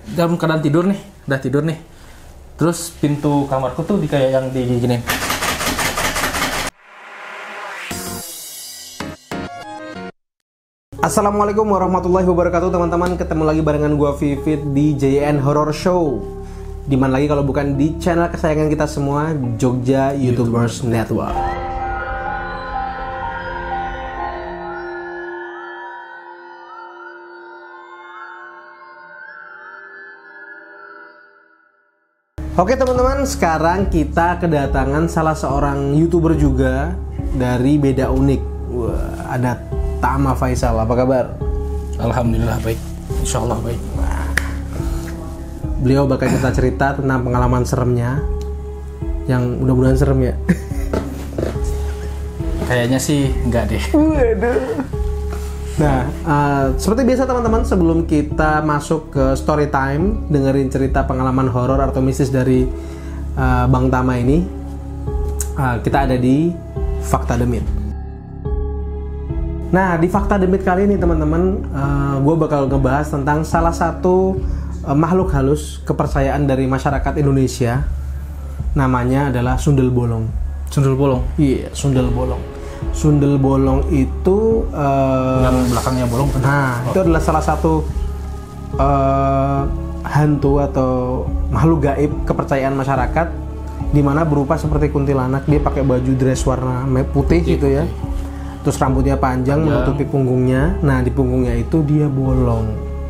dalam keadaan tidur nih, udah tidur nih. Terus pintu kamarku tuh kayak yang diginin. Assalamualaikum warahmatullahi wabarakatuh teman-teman. Ketemu lagi barengan gua Vivit di JN Horror Show. Dimana lagi kalau bukan di channel kesayangan kita semua, Jogja YouTubers Network. Oke teman-teman, sekarang kita kedatangan salah seorang YouTuber juga dari Beda Unik. Wah, ada Tama Faisal, apa kabar? Alhamdulillah baik, insya Allah baik. Beliau bakal cerita tentang pengalaman seremnya, yang mudah-mudahan serem ya. Kayaknya sih enggak deh. Nah, seperti biasa teman-teman, sebelum kita masuk ke story time, dengerin cerita pengalaman horor atau mistis dari Bang Tama ini, kita ada di Fakta Demit. Nah, di Fakta Demit kali ini teman-teman, gue bakal ngebahas tentang salah satu makhluk halus kepercayaan dari masyarakat Indonesia. Namanya adalah sundel bolong. Sundel bolong? Iya, sundel bolong. Sundel bolong itu yang belakangnya bolong kan? Nah, itu adalah salah satu hantu atau makhluk gaib kepercayaan masyarakat, di mana berupa seperti kuntilanak. Dia pakai baju dress warna putih gitu ya. Terus rambutnya panjang menutupi punggungnya. Nah, di punggungnya itu dia bolong.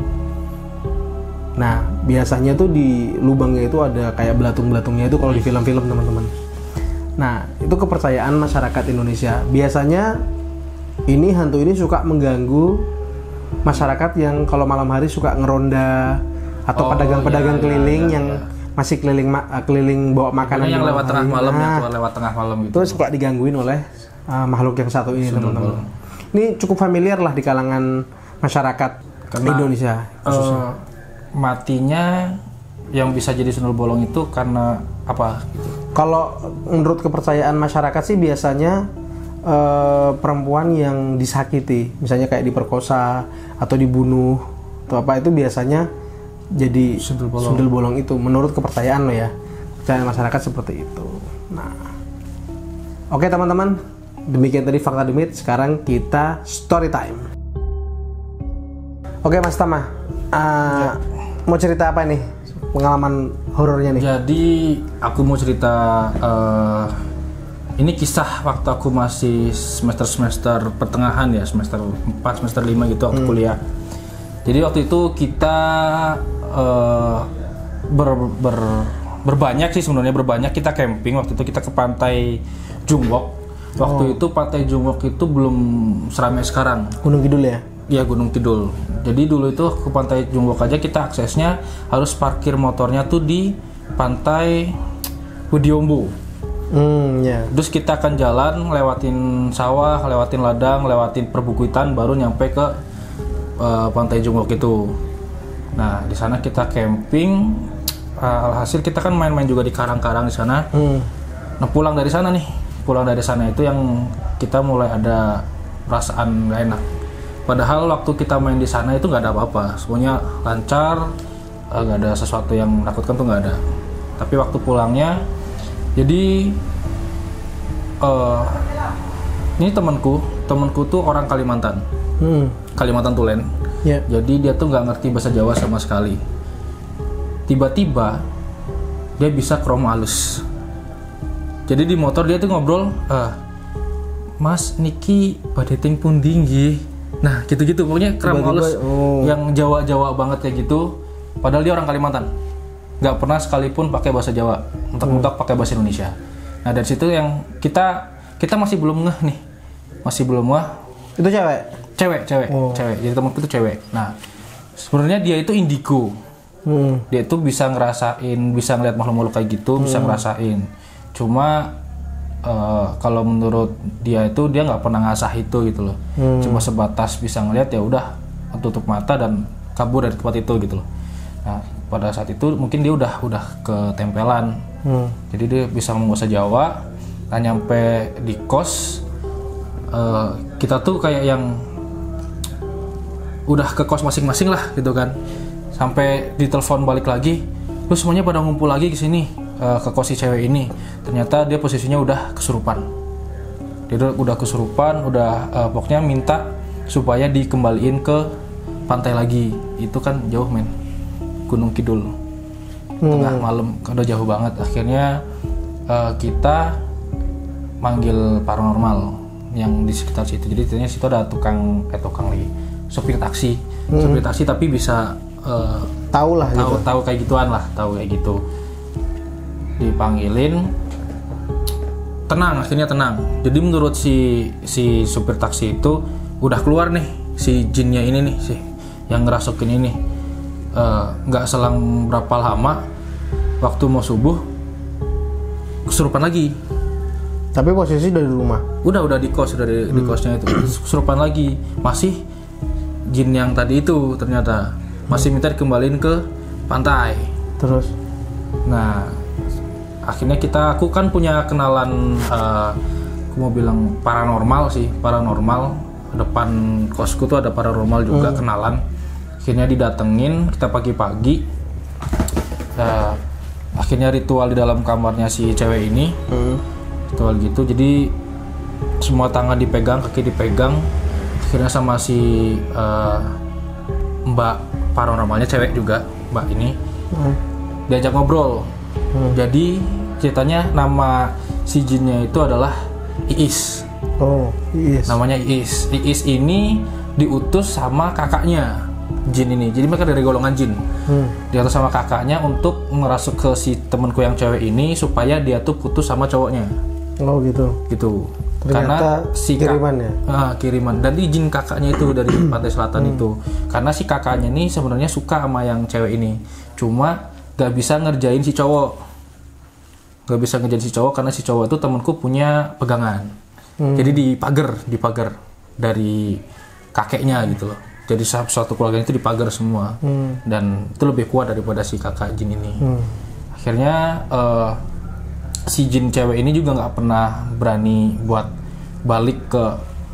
Nah, biasanya tuh di lubangnya itu ada kayak belatung-belatungnya itu kalau di film-film teman-teman. Nah, itu kepercayaan masyarakat Indonesia. Biasanya hantu ini suka mengganggu masyarakat yang kalau malam hari suka ngeronda atau pedagang-pedagang keliling yang masih keliling bawa makanan yang lewat tengah malam, yang keluar lewat tengah malam gitu. Itu suka digangguin oleh makhluk yang satu ini teman-teman. Ini cukup familiar lah di kalangan masyarakat Indonesia khususnya. Matinya yang bisa jadi sundel bolong itu karena apa? Kalau menurut kepercayaan masyarakat sih biasanya perempuan yang disakiti, misalnya kayak diperkosa atau dibunuh atau apa, itu biasanya jadi sundel bolong itu menurut kepercayaan lo ya. Kepercayaan masyarakat seperti itu. Nah, oke teman-teman, demikian tadi Fakta Demit. Sekarang kita story time. Oke Mas Tama, mau cerita apa nih? Pengalaman horornya nih. Jadi aku mau cerita ini kisah waktu aku masih semester pertengahan ya, semester 4, semester 5 gitu waktu kuliah. Jadi waktu itu kita berbanyak sih sebenarnya, kita camping. Waktu itu kita ke pantai Jungbok. Waktu itu pantai Jungbok itu belum seramai sekarang. Gunung Kidul ya? Iya, Gunung Kidul. Jadi dulu itu ke pantai Jungbok aja kita aksesnya harus parkir motornya tuh di pantai Widyombo. Ya. Terus kita akan jalan lewatin sawah, lewatin ladang, lewatin perbukitan, baru nyampe ke pantai Jungbok itu. Nah, di sana kita camping. Alhasil kita kan main-main juga di karang-karang di sana. Nah, pulang dari sana itu yang kita mulai ada perasaan gak enak. Padahal waktu kita main di sana itu nggak ada apa-apa, semuanya lancar, nggak ada sesuatu yang menakutkan tuh nggak ada. Tapi waktu pulangnya, jadi ini temanku tuh orang Kalimantan, Kalimantan Tulen. Yeah. Jadi dia tuh nggak ngerti bahasa Jawa sama sekali. Tiba-tiba dia bisa kromo halus. Jadi di motor dia tuh ngobrol, Mas Niki badeting pun tinggi. Nah, gitu-gitu pokoknya kram halus yang Jawa-Jawa banget kayak gitu. Padahal dia orang Kalimantan. Nggak pernah sekalipun pakai bahasa Jawa. Mentok-mentok pakai bahasa Indonesia. Nah, dari situ yang kita masih belum ngeh nih. Masih belum ngeh. Itu cewek? Cewek. Jadi temanku itu cewek. Nah, sebenarnya dia itu indigo. Dia itu bisa ngerasain, bisa ngeliat makhluk-makhluk kayak gitu, bisa ngerasain. Cuma kalau menurut dia itu dia nggak pernah ngasah itu gitu loh. Cuma sebatas bisa ngeliat, ya udah tutup mata dan kabur dari tempat itu gitu loh. Nah, pada saat itu mungkin dia udah ketempelan. Jadi dia bisa ngomong bahasa Jawa. Nah, nyampe di kos, kita tuh kayak yang udah ke kos masing-masing lah gitu kan. Sampai ditelepon balik lagi, lu semuanya pada ngumpul lagi ke sini, ke kos si cewek ini. Ternyata dia posisinya udah kesurupan. Dia udah kesurupan, pokoknya minta supaya dikembaliin ke pantai lagi. Itu kan jauh men, Gunung Kidul, tengah malam, udah jauh banget. Akhirnya kita manggil paranormal yang di sekitar situ. Jadi ternyata situ ada tukang lagi, sopir taksi tapi bisa tahu kayak gituan lah, tahu kayak gitu. Dipanggilin, akhirnya tenang. Jadi menurut si supir taksi itu udah keluar nih si jinnya ini nih, sih yang ngerasukin ini. Nggak selang berapa lama, waktu mau subuh kesurupan lagi. Tapi posisi udah di rumah. Udah di kos, di kosnya itu. Kesurupan lagi, masih jin yang tadi itu ternyata masih minta dikembaliin ke pantai. Terus? Nah, akhirnya aku kan punya kenalan, aku mau bilang paranormal. Depan kosku tuh ada paranormal juga, kenalan. Akhirnya didatengin, kita pagi-pagi. Akhirnya ritual di dalam kamarnya si cewek ini, ritual gitu. Jadi semua tangan dipegang, kaki dipegang. Akhirnya sama si mbak paranormalnya, cewek juga, mbak ini, diajak ngobrol. Jadi ceritanya nama si jinnya itu adalah Iis. Oh, Iis. Namanya Iis. Iis ini diutus sama kakaknya jin ini. Jadi mereka dari golongan jin. Diutus sama kakaknya untuk ngerasuk ke si temanku yang cewek ini supaya dia tuh putus sama cowoknya. Oh gitu. Gitu. Ternyata karena si kiriman ya? Kiriman. Dan izin kakaknya itu dari pantai selatan itu. Karena si kakaknya ini sebenarnya suka sama yang cewek ini. Cuma gak bisa ngerjain si cowok. Karena si cowok itu temanku punya pegangan. Jadi dipagar dari kakeknya gitu loh. Jadi suatu keluarga itu dipagar semua. Dan itu lebih kuat daripada si kakak jin ini. Akhirnya si jin cewek ini juga nggak pernah berani buat balik ke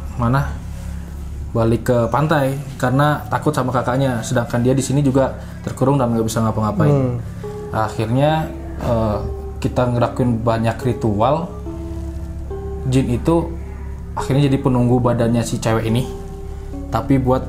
pantai karena takut sama kakaknya, sedangkan dia di sini juga terkurung dan nggak bisa ngapa-ngapain. Akhirnya kita ngelakuin banyak ritual. Jin itu akhirnya jadi penunggu badannya si cewek ini, tapi buat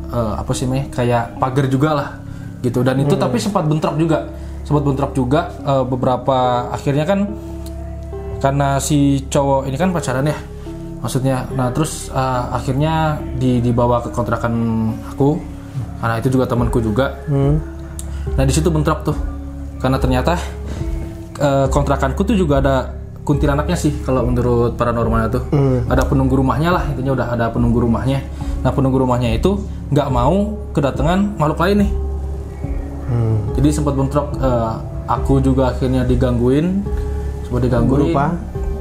kayak pagar juga lah gitu. Dan itu tapi sempat bentrok juga beberapa. Akhirnya kan karena si cowok ini kan pacaran ya, maksudnya. Nah terus akhirnya dibawa ke kontrakan aku, karena itu juga temanku juga. Nah di situ bentrok tuh, karena ternyata kontrakanku tuh juga ada kuntilanaknya sih kalau menurut paranormalnya tuh. Ada penunggu rumahnya lah, intinya udah ada penunggu rumahnya. Nah penunggu rumahnya itu nggak mau kedatangan makhluk lain nih. Jadi sempat bentrok. Aku juga akhirnya digangguin. Berupa?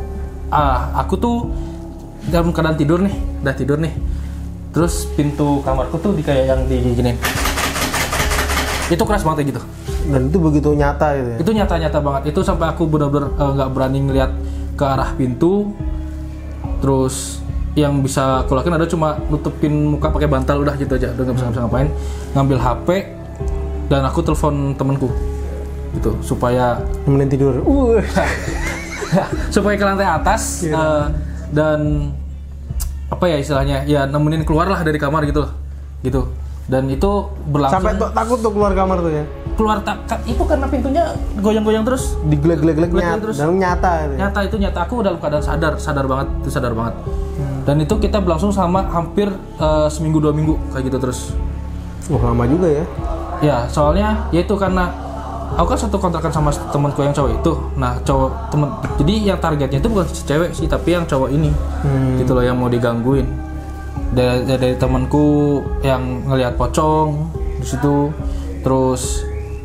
Aku tuh dalam keadaan udah tidur nih. Terus pintu kamarku tuh kayak yang diginin. Itu keras banget gitu. Dan itu begitu nyata gitu ya? Itu nyata banget. Itu sampai aku benar-benar nggak berani ngeliat ke arah pintu. Terus yang bisa aku lakuin ada cuma nutupin muka pakai bantal, udah gitu aja. Udah nggak bisa ngapain. Ngambil HP dan aku telepon temanku gitu supaya nemenin tidur. Supaya ke lantai atas. Dan apa ya istilahnya, ya nemenin keluar lah dari kamar gitu. Dan itu berlangsung sampai takut tuh keluar kamar tuh ya? Keluar itu karena pintunya goyang-goyang terus, digeleg-geleg dan nyata itu. Nyata aku dalam keadaan sadar banget. Dan itu kita berlangsung sama hampir seminggu 2 minggu kayak gitu terus. Lama juga ya? Ya soalnya ya itu karena aku kan satu kontrakan sama temanku yang cowok itu. Nah jadi yang targetnya itu bukan si cewek sih, tapi yang cowok ini gitu loh, yang mau digangguin. Dari temanku yang ngelihat pocong di situ. Terus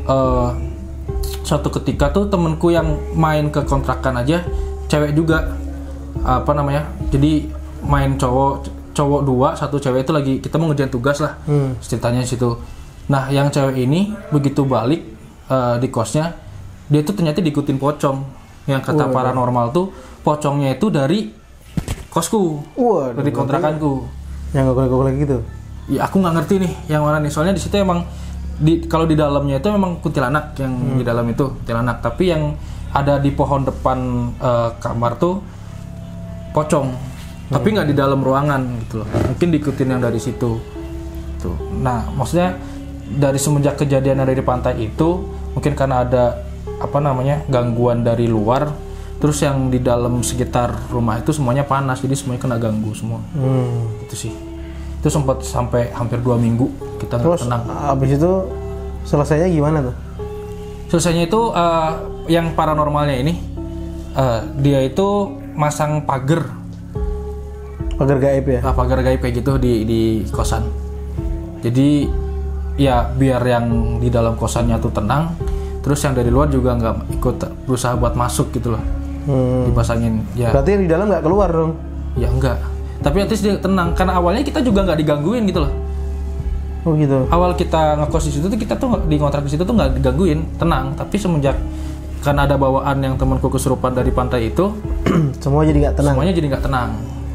suatu ketika tuh temanku yang main ke kontrakan aja cewek juga, jadi main cowok 2, satu cewek itu lagi, kita mau ngerjain tugas lah. Ceritanya di situ. Nah yang cewek ini begitu balik di kosnya, dia tuh ternyata diikutin pocong. Yang kata paranormal tuh pocongnya itu dari kosku, dari kontrakanku. Yang gak golek gitu? Ya aku nggak ngerti nih yang mana nih, soalnya di situ emang Kalau di dalamnya itu memang kuntilanak yang di dalam itu kuntilanak, tapi yang ada di pohon depan kamar tuh pocong, tapi nggak di dalam ruangan gitu loh. Mungkin diikutin yang dari situ. Tuh. Nah, maksudnya dari semenjak kejadian yang ada di pantai itu, mungkin karena ada gangguan dari luar, terus yang di dalam sekitar rumah itu semuanya panas, jadi semuanya kena ganggu semua. Itu sih. Itu sempat sampai hampir 2 minggu kita nggak tenang. Abis itu selesainya gimana tuh? Selesainya itu yang paranormalnya ini dia itu masang pagar gaib ya? Pagar gaib kayak gitu di kosan. Jadi ya biar yang di dalam kosannya tuh tenang, terus yang dari luar juga nggak ikut berusaha buat masuk gitu loh. Dipasangin ya. Berarti yang di dalam nggak keluar dong? Ya enggak. Tapi at least dia tenang, karena awalnya kita juga nggak digangguin gitu loh. Oh gitu. Awal kita ngekos di situ tuh kita tuh di kontrak di situ tuh nggak digangguin, tenang. Tapi semenjak karena ada bawaan yang temanku kesurupan dari pantai itu, semua jadi nggak tenang. Semuanya jadi nggak tenang.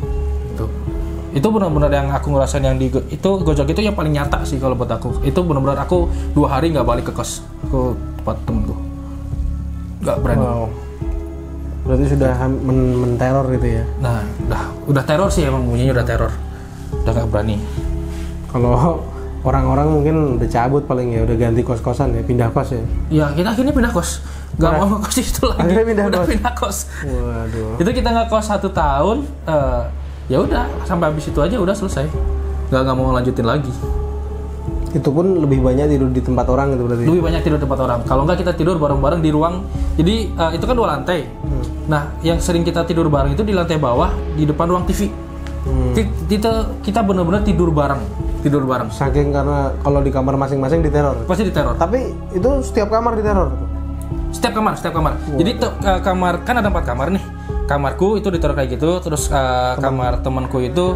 Itu benar-benar yang aku ngerasain yang di itu gojek itu yang paling nyata sih kalau buat aku. Itu benar-benar aku 2 hari nggak balik ke kos, aku tempat temenku. Nggak berani. Wow. Berarti sudah menteror gitu ya? Nah, udah teror sih, emang bunyinya udah teror. Udah nggak berani. Kalau orang-orang mungkin udah cabut paling ya, udah ganti kos-kosan ya, pindah kos ya? Ya, kita akhirnya pindah kos. Nggak mau ngekos di situ lagi. Akhirnya pindah kos. Waduh. Itu kita ngekos 1 tahun, ya udah sampai habis itu aja udah selesai. Nggak mau lanjutin lagi. Itu pun lebih banyak tidur di tempat orang gitu berarti? Lebih banyak tidur di tempat orang. Kalau nggak kita tidur bareng-bareng di ruang. Jadi itu kan 2 lantai. Nah, yang sering kita tidur bareng itu di lantai bawah, di depan ruang TV. Kita benar-benar tidur bareng. Saking karena kalau di kamar masing-masing diteror? Pasti diteror. Tapi itu setiap kamar diteror? Setiap kamar. Jadi kamar, kan ada 4 kamar nih. Kamarku itu diteror kayak gitu. Terus kamar temanku itu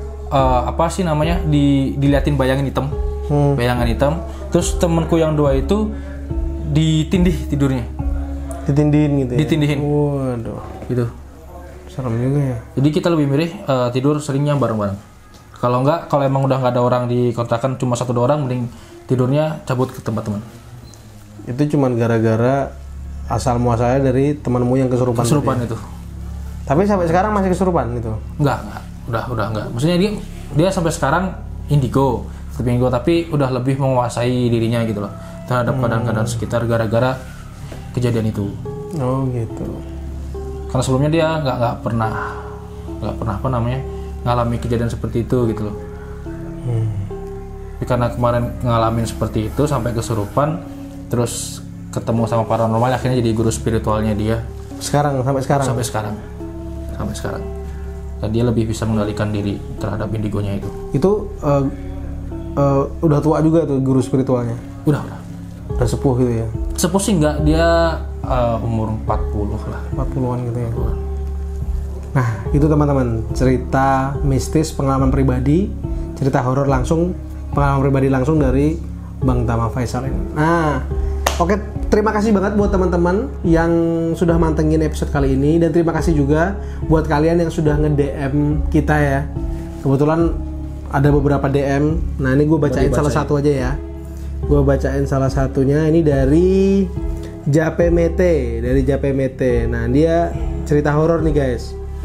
diliatin bayangan hitam. Bayangan hitam. Terus temanku yang 2 itu ditindih tidurnya. Ditindihin gitu ya? Ditindihin. Waduh. Gitu. Serem juga ya. Jadi kita lebih milih tidur seringnya bareng-bareng. Kalau emang udah nggak ada orang di kontrakan, cuma 1-2 orang, mending tidurnya cabut ke tempat teman. Itu cuman gara-gara asal muasalnya dari temanmu yang kesurupan itu. Tapi sampai sekarang masih kesurupan gitu? Enggak. Udah enggak. Maksudnya dia sampai sekarang indigo, tapi udah lebih menguasai dirinya gitu loh terhadap keadaan-keadaan sekitar gara-gara kejadian itu. Oh gitu. Karena sebelumnya dia nggak pernah ngalami kejadian seperti itu gitu loh. Tapi karena kemarin ngalamin seperti itu sampai kesurupan, terus ketemu sama paranormal, akhirnya jadi guru spiritualnya dia. Sampai sekarang. Dan dia lebih bisa mengendalikan diri terhadap indigonya itu. Itu udah tua juga tuh guru spiritualnya? Udah sepuh gitu ya? Sepuh sih enggak, dia umur 40 lah. 40-an gitu ya? Nah, itu teman-teman, cerita mistis, pengalaman pribadi, cerita horor langsung, pengalaman pribadi langsung dari Bang Tama Faisal ini. Nah, oke, terima kasih banget buat teman-teman yang sudah mantengin episode kali ini, dan terima kasih juga buat kalian yang sudah nge-DM kita ya. Kebetulan ada beberapa DM. Nah, ini gue bacain salah satu aja ya. Gue bacain salah satunya, ini dari Japemete. Nah, dia cerita horor nih guys.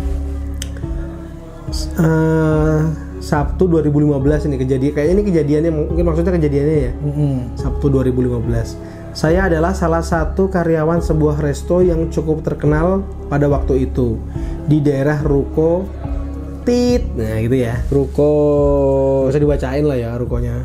Sabtu 2015 ini kejadian, kayaknya ini kejadiannya, mungkin maksudnya kejadiannya ya. Sabtu 2015. Saya adalah salah satu karyawan sebuah resto yang cukup terkenal pada waktu itu di daerah Ruko Tit. Nah gitu ya, Ruko, nggak usah dibacain lah ya rukonya.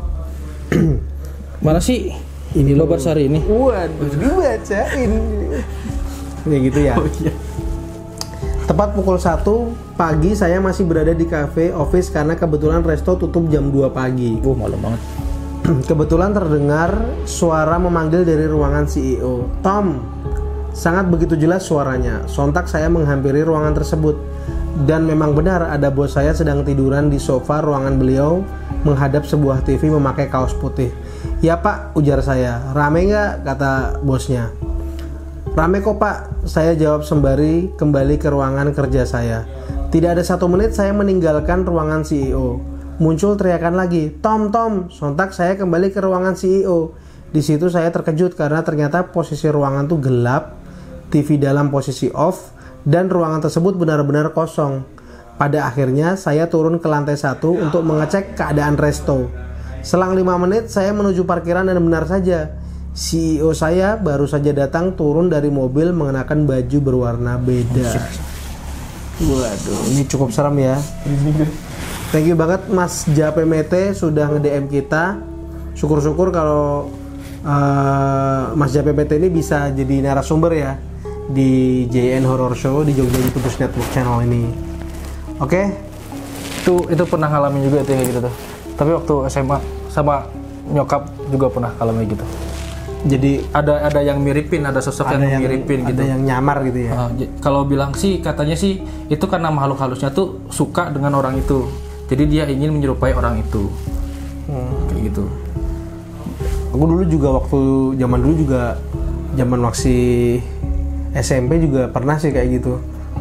Mana sih? Ini lo Barsari ini. Waduh, dibacain. Ya gitu ya. Oh, iya. Tepat pukul 1 pagi saya masih berada di cafe office karena kebetulan resto tutup jam 2 pagi. Malam banget. Kebetulan terdengar suara memanggil dari ruangan CEO. Tom, sangat begitu jelas suaranya. Sontak saya menghampiri ruangan tersebut. Dan memang benar ada bos saya sedang tiduran di sofa ruangan beliau menghadap sebuah TV memakai kaos putih. Ya pak, ujar saya. Rame nggak? Kata bosnya. Rame kok pak, saya jawab sembari kembali ke ruangan kerja saya. Tidak ada 1 menit saya meninggalkan ruangan CEO. muncul teriakan lagi, Tom. Sontak saya kembali ke ruangan CEO. Di situ saya terkejut karena ternyata posisi ruangan tuh gelap, TV dalam posisi off, dan ruangan tersebut benar-benar kosong. Pada akhirnya saya turun ke lantai 1 untuk mengecek keadaan resto. Selang 5 menit saya menuju parkiran dan benar saja CEO saya baru saja datang turun dari mobil mengenakan baju berwarna beda. Waduh, ini cukup serem ya. Thank you banget Mas Japemete sudah nge-DM kita. Syukur-syukur kalau Mas Japemete ini bisa jadi narasumber ya di JN Horror Show di Jogja YouTube Network channel ini. Oke. Itu pernah ngalamin juga itu kayak gitu tuh. Tapi waktu SMA sama nyokap juga pernah ngalamin gitu. Jadi ada yang miripin, ada sosok yang miripin gitu. Ada yang nyamar gitu ya. Kalau bilang sih katanya sih itu karena makhluk halusnya tuh suka dengan orang itu. Jadi dia ingin menyerupai orang itu. Kayak gitu. Aku dulu juga waktu zaman masih SMP juga pernah sih kayak gitu.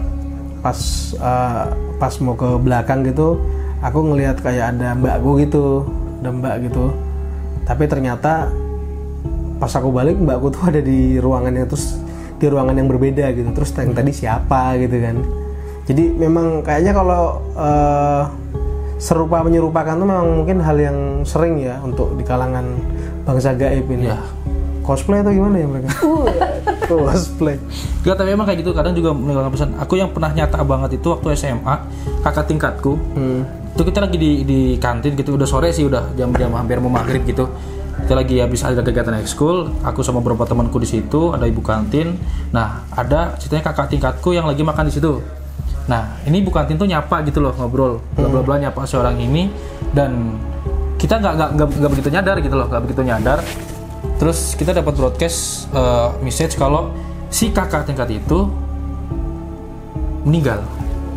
Pas mau ke belakang gitu, aku ngelihat kayak ada mbakku gitu, Tapi ternyata pas aku balik mbakku tuh ada di ruangan yang berbeda gitu. Terus yang tadi siapa gitu kan. Jadi memang kayaknya kalau serupa menyerupakan tuh memang mungkin hal yang sering ya untuk di kalangan bangsa gaib ini. Ya. Cosplay atau gimana ya mereka? Cosplay. Ya, tapi emang kayak gitu kadang juga meninggalkan pesan. Aku yang pernah nyata banget itu waktu SMA, kakak tingkatku. Itu kita lagi di kantin gitu, udah sore sih, udah jam-jam hampir mau maghrib gitu. Kita lagi habis ada kegiatan ekskul, aku sama beberapa temanku di situ, ada ibu kantin. Nah, ada ceritanya kakak tingkatku yang lagi makan di situ. Nah, ini ibu kantin tuh nyapa gitu loh, ngobrol, bla nyapa seorang ini, dan kita nggak begitu nyadar gitu loh, nggak begitu nyadar. Terus kita dapat broadcast message kalau si kakak tingkat itu meninggal.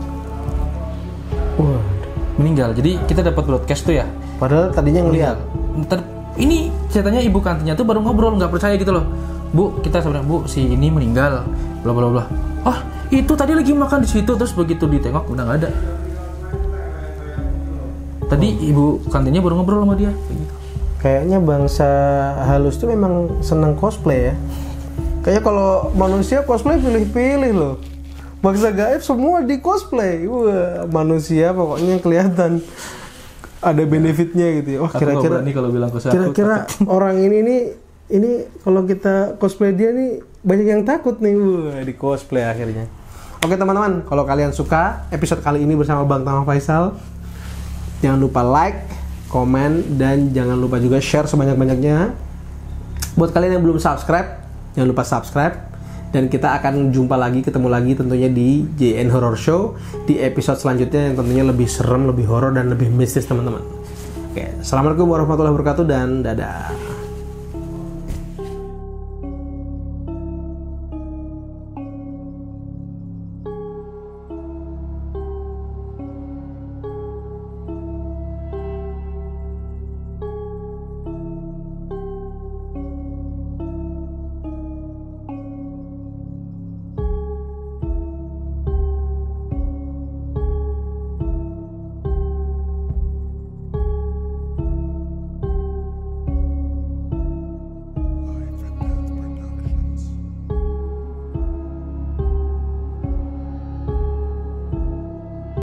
Meninggal. Jadi kita dapat broadcast tuh ya. Padahal tadinya ngeliat. Ini ceritanya ibu kantinnya tuh baru ngobrol, nggak percaya gitu loh. Bu, kita sebenarnya Bu, si ini meninggal. Bla bla bla. Oh, itu tadi lagi makan di situ, terus begitu ditengok udah nggak ada. Tadi ibu kantinnya baru ngobrol sama dia. Kayak gitu. Kayaknya bangsa halus tuh memang seneng cosplay ya. Kayaknya kalau manusia cosplay pilih-pilih loh. Bangsa gaib semua di cosplay. Wah, manusia pokoknya kelihatan ada benefitnya gitu ya. Wah, kira-kira kalau bilang kira-kira orang ini kalau kita cosplay dia nih banyak yang takut nih. Wah, di cosplay akhirnya. Oke teman-teman, kalau kalian suka episode kali ini bersama Bang Tama Faisal, jangan lupa like, komen, dan jangan lupa juga share sebanyak-banyaknya. Buat kalian yang belum subscribe, jangan lupa subscribe. Dan kita akan ketemu lagi tentunya di JN Horror Show di episode selanjutnya yang tentunya lebih serem, lebih horor, dan lebih mistis teman-teman. Oke, assalamualaikum warahmatullahi wabarakatuh dan dadah.